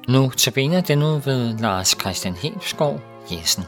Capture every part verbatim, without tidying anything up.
Nu tabiner den ud ved Lars Christian Hebsgaard Jessen.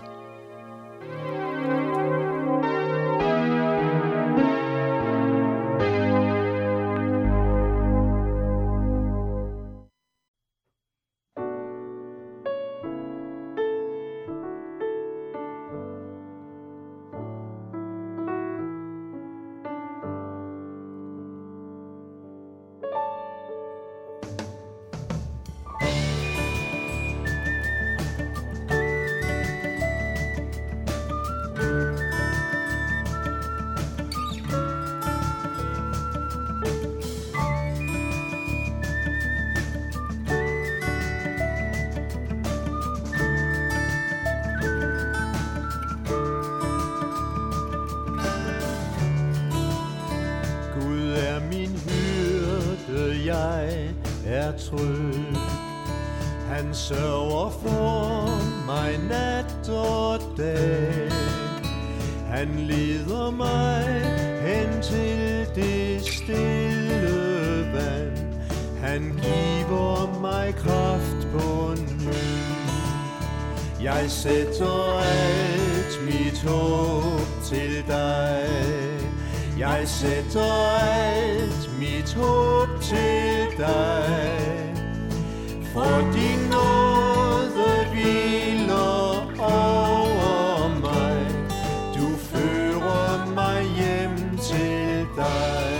Jeg er tryg. Han sørger for mig nat og dag. Han leder mig hen til det stille vand. Han giver mig kraft på ny. Jeg sætter alt mit håb til dig. Jeg sætter alt mit håb til dig, for din nåde hviler over mig. Du fører mig hjem til dig.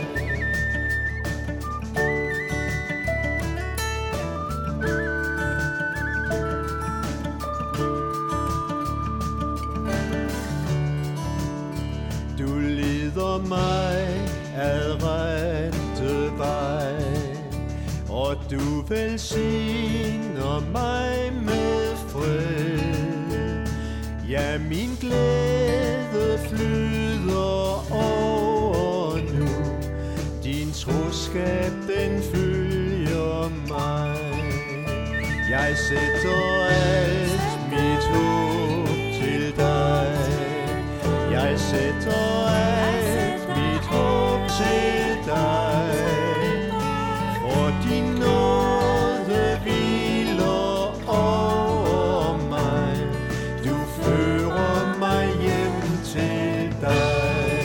Du leder mig ad rette vej, og du velsigner mig med fred. Ja, min glæde flyder over nu. Din troskab, den følger mig. Jeg sætter alt mit håb til dig. Jeg sætter alt mit håb til dig, for din nåde hviler over mig. Du fører mig hjem til dig.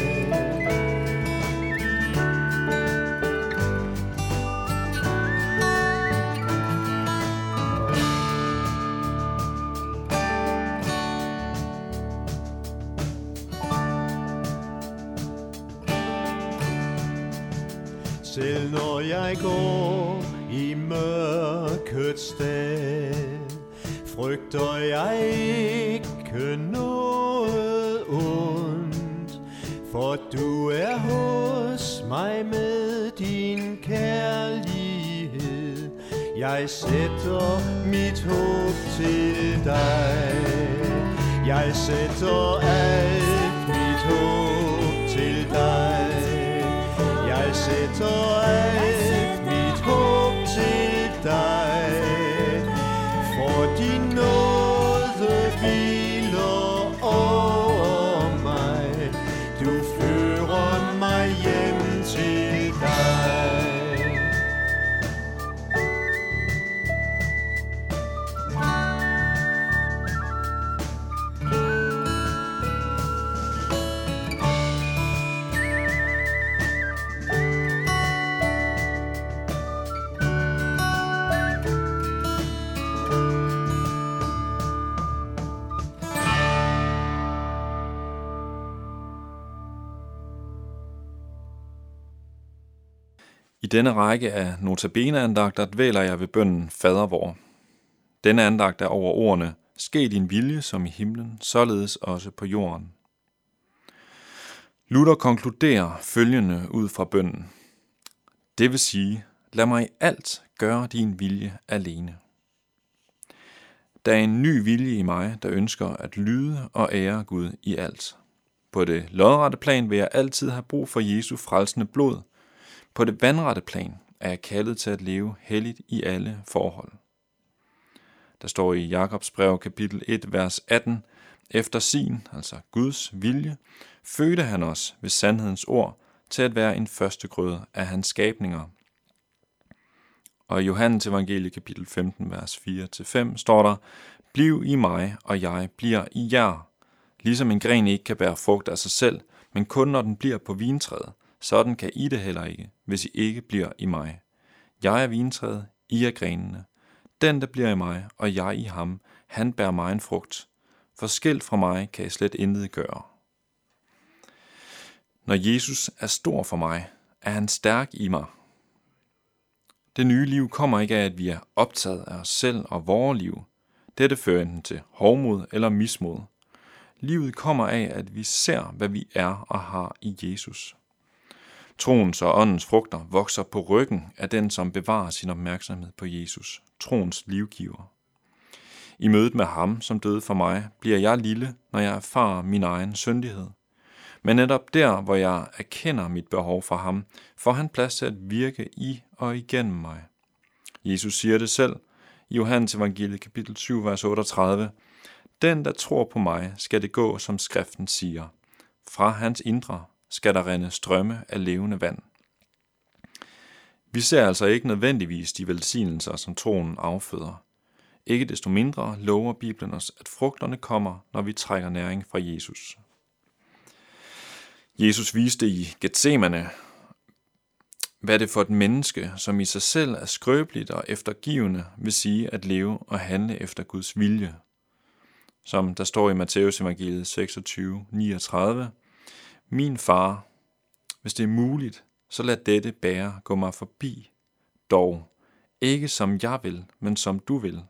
Selv når jeg går i mørkets dal, frygter jeg ikke noget ondt, for du er hos mig med din kærlighed. Jeg sætter mit håb til dig. Jeg sætter alt mit håb til dig. Jeg sætter alt mit håb til dig, for din nåde hviler over mig. Du fører mig hjem til dig. I denne række af notabene-andagter dvæler jeg ved bønnen Fader vor. Denne andagt er over ordene: Ske din vilje som i himlen, således også på jorden. Luther konkluderer følgende ud fra bønnen: Det vil sige, lad mig i alt gøre din vilje alene. Der er en ny vilje i mig, der ønsker at lyde og ære Gud i alt. På det lodrette plan vil jeg altid have brug for Jesu frelsende blod. På det vandrette plan er jeg kaldet til at leve helligt i alle forhold. Der står i Jakobs brev kapitel et, vers atten, efter sin, altså Guds vilje, fødte han os ved sandhedens ord til at være en førstegrøde af hans skabninger. Og i Johannes evangeliet kapitel femten, vers fire til fem, står der: Bliv i mig, og jeg bliver i jer. Ligesom en gren ikke kan bære frugt af sig selv, men kun når den bliver på vintræet, sådan kan I det heller ikke, hvis I ikke bliver i mig. Jeg er vintræet, I er grenene. Den, der bliver i mig, og jeg i ham, han bærer mig en frugt. For skilt fra mig kan I slet intet gøre. Når Jesus er stor for mig, er han stærk i mig. Det nye liv kommer ikke af, at vi er optaget af os selv og vores liv. Dette fører enten til hovmod eller mismod. Livet kommer af, at vi ser, hvad vi er og har i Jesus. Troens og åndens frugter vokser på ryggen af den, som bevarer sin opmærksomhed på Jesus, troens livgiver. I mødet med ham, som døde for mig, bliver jeg lille, når jeg erfarer min egen syndighed. Men netop der, hvor jeg erkender mit behov for ham, får han plads til at virke i og igennem mig. Jesus siger det selv i Johannes evangeliet kapitel syv, vers otteogtredive. Den, der tror på mig, skal det gå, som skriften siger. Fra hans indre skal der rinde strømme af levende vand. Vi ser altså ikke nødvendigvis de velsignelser, som troen afføder. Ikke desto mindre lover Bibelen os, at frugterne kommer, når vi trækker næring fra Jesus. Jesus viste i Getsemane, hvad det for et menneske, som i sig selv er skrøbeligt og eftergivende, vil sige at leve og handle efter Guds vilje. Som der står i Matthæus evangeliet seksogtyve, niogtredive. Min far, hvis det er muligt, så lad dette bære gå mig forbi. Dog, ikke som jeg vil, men som du vil.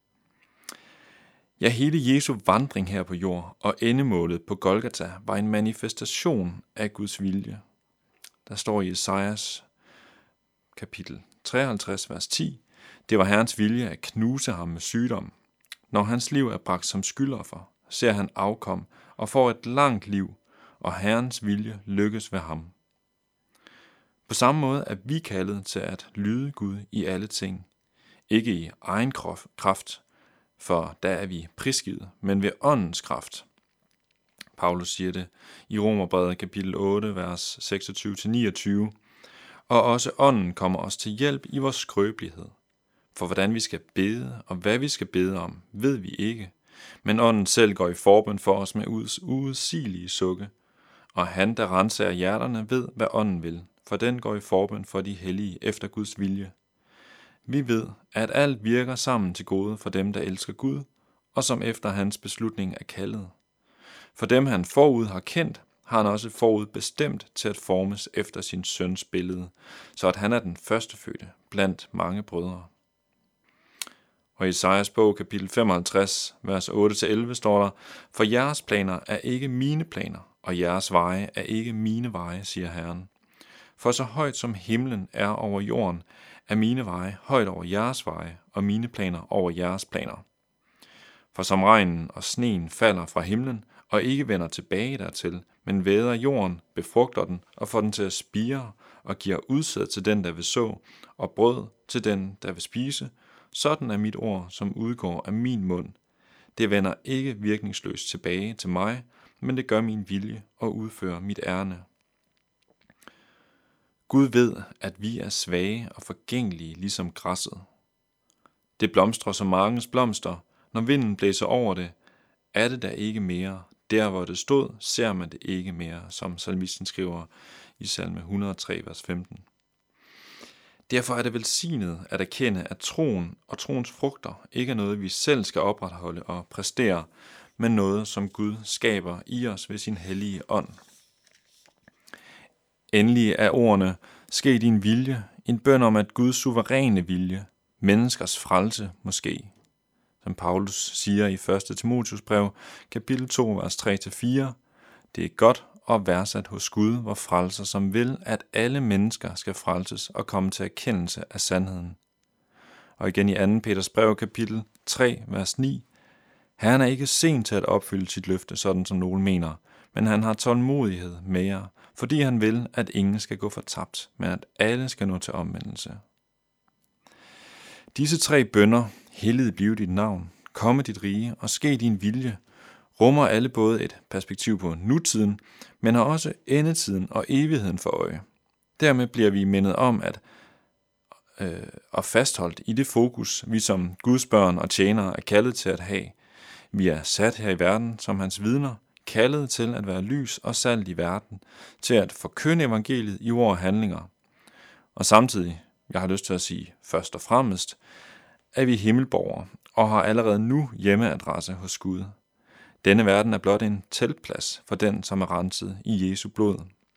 Ja, hele Jesu vandring her på jord og endemålet på Golgata var en manifestation af Guds vilje. Der står i Esajas kapitel treoghalvtreds, vers ti. Det var Herrens vilje at knuse ham med sygdom. Når hans liv er bragt som skyldoffer, ser han afkom og får et langt liv, og Herrens vilje lykkes ved ham. På samme måde er vi kaldet til at lyde Gud i alle ting. Ikke i egen kraft, for der er vi prisgivet, men ved åndens kraft. Paulus siger det i Romerbrevet kapitel otte, vers seksogtyve til niogtyve. Og også ånden kommer os til hjælp i vores skrøbelighed. For hvordan vi skal bede og hvad vi skal bede om, ved vi ikke. Men ånden selv går i forbøn for os med uudsigelige sukke. Og han, der renser hjerterne, ved, hvad ånden vil, for den går i forbøn for de hellige efter Guds vilje. Vi ved, at alt virker sammen til gode for dem, der elsker Gud, og som efter hans beslutning er kaldet. For dem, han forud har kendt, har han også forud bestemt til at formes efter sin søns billede, så at han er den førstefødte blandt mange brødre. Og i Esajas bog kapitel femoghalvtreds, vers otte til elleve står der, for jeres planer er ikke mine planer, og jeres veje er ikke mine veje, siger Herren. For så højt som himlen er over jorden, er mine veje højt over jeres veje, og mine planer over jeres planer. For som regnen og sneen falder fra himlen, og ikke vender tilbage dertil, men væder jorden, befrugter den og får den til at spire, og giver udsæd til den, der vil så, og brød til den, der vil spise, sådan er mit ord, som udgår af min mund. Det vender ikke virkningsløst tilbage til mig, men det gør min vilje og udfører mit ærne. Gud ved, at vi er svage og forgængelige ligesom græsset. Det blomstrer som markens blomster, når vinden blæser over det, er det der ikke mere. Der hvor det stod, ser man det ikke mere, som salmisten skriver i salme et hundrede og tre, vers femten. Derfor er det velsignet at erkende, at troen og troens frugter ikke er noget, vi selv skal opretholde og præstere, men noget, som Gud skaber i os ved sin hellige ånd. Endelig er ordene, ske din vilje, en bøn om, at Guds suveræne vilje, menneskers frelse måske, som Paulus siger i første Timotheus brev, kapitel to, vers tre til fire, det er godt og værdsat hos Gud, hvor frelser, som vil, at alle mennesker skal frelses og komme til erkendelse af sandheden. Og igen i anden Peters brev, kapitel tre, vers ni, Herren er ikke sen til at opfylde sit løfte, sådan som nogen mener, men han har tålmodighed med jer, fordi han vil, at ingen skal gå fortabt, men at alle skal nå til omvendelse. Disse tre bønner, helliget blive dit navn, komme dit rige og ske din vilje, rummer alle både et perspektiv på nutiden, men har også endetiden og evigheden for øje. Dermed bliver vi mindet om, at øh, og fastholdt i det fokus, vi som Guds børn og tjenere er kaldet til at have. Vi er sat her i verden som hans vidner, kaldet til at være lys og salt i verden, til at forkynde evangeliet i ord og handlinger. Og samtidig, jeg har lyst til at sige først og fremmest, er vi himmelborgere og har allerede nu hjemmeadresse hos Gud. Denne verden er blot en teltplads for den, som er renset i Jesu blod.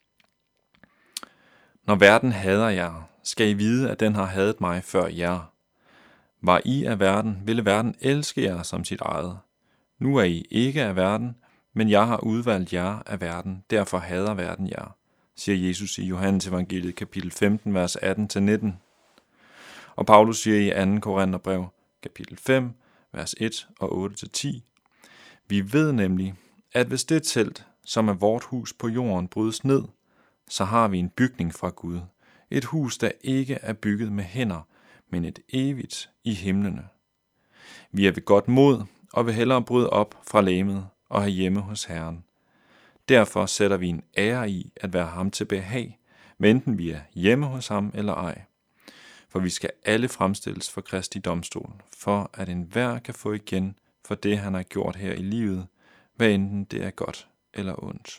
Når verden hader jer, skal I vide, at den har hadet mig før jer. Var I af verden, ville verden elske jer som sit eget. Nu er I ikke af verden, men jeg har udvalgt jer af verden, derfor hader verden jer, siger Jesus i Johannes evangeliet kapitel femten, vers atten til nitten. Og Paulus siger i anden Korintherbrev, kapitel fem, vers et og otte til ti. Vi ved nemlig, at hvis det telt, som er vort hus på jorden, brydes ned, så har vi en bygning fra Gud. Et hus, der ikke er bygget med hænder, men et evigt i himlene. Vi er ved godt mod og vil hellere bryde op fra legemet og have hjemme hos Herren. Derfor sætter vi en ære i at være ham til behag, enten vi er hjemme hos ham eller ej. For vi skal alle fremstilles for Kristi domstol, for at enhver kan få igen for det, han har gjort her i livet, hvad enten det er godt eller ondt.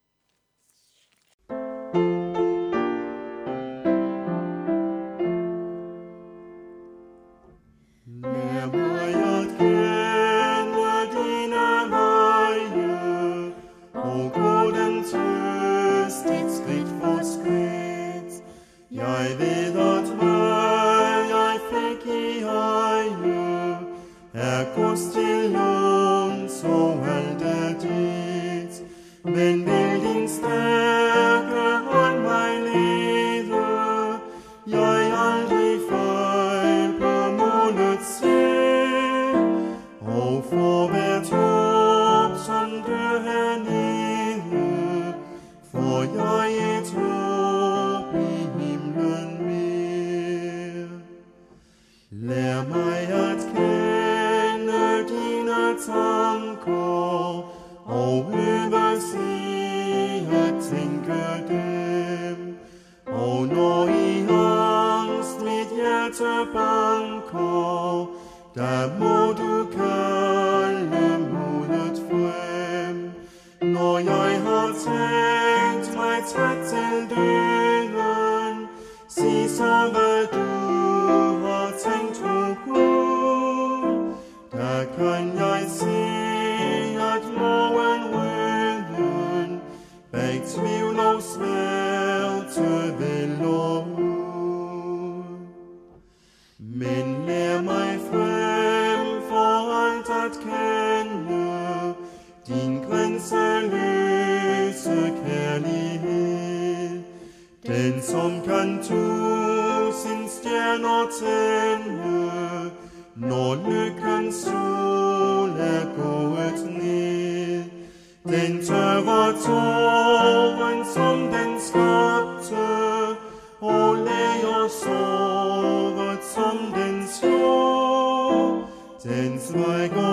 Lær mig at kende dine veje, og gå den tøstigt skridt for skridt. Jeg ved, at hvad jeg fik i eje, er Guds til låns og alt er dit. Men vil din stærke hånd mig lede, jeg aldrig fejl på målet se, og for hvert håb, som dør hernede, får jeg et håb i himlen mere. Lær mig at kende dine tanker, og øves i at tænke dem. Og når i angst mit hjerte banker, der må du kalde modet frem. Når jeg har tænkt mig tæt til døden, sig så hvad du har tænkt, o Gud. Der kan jeg se, at morgenrøden bag tvivl og smerte vælger ud. Men lær mig frem for alt at kende din grænseløse kærlighed, den som kan tusind stjerner tænde, når lykkens sol er gået ned. Den tørrer tåren, som den skabte, og læger såret, som den slår. Den svækker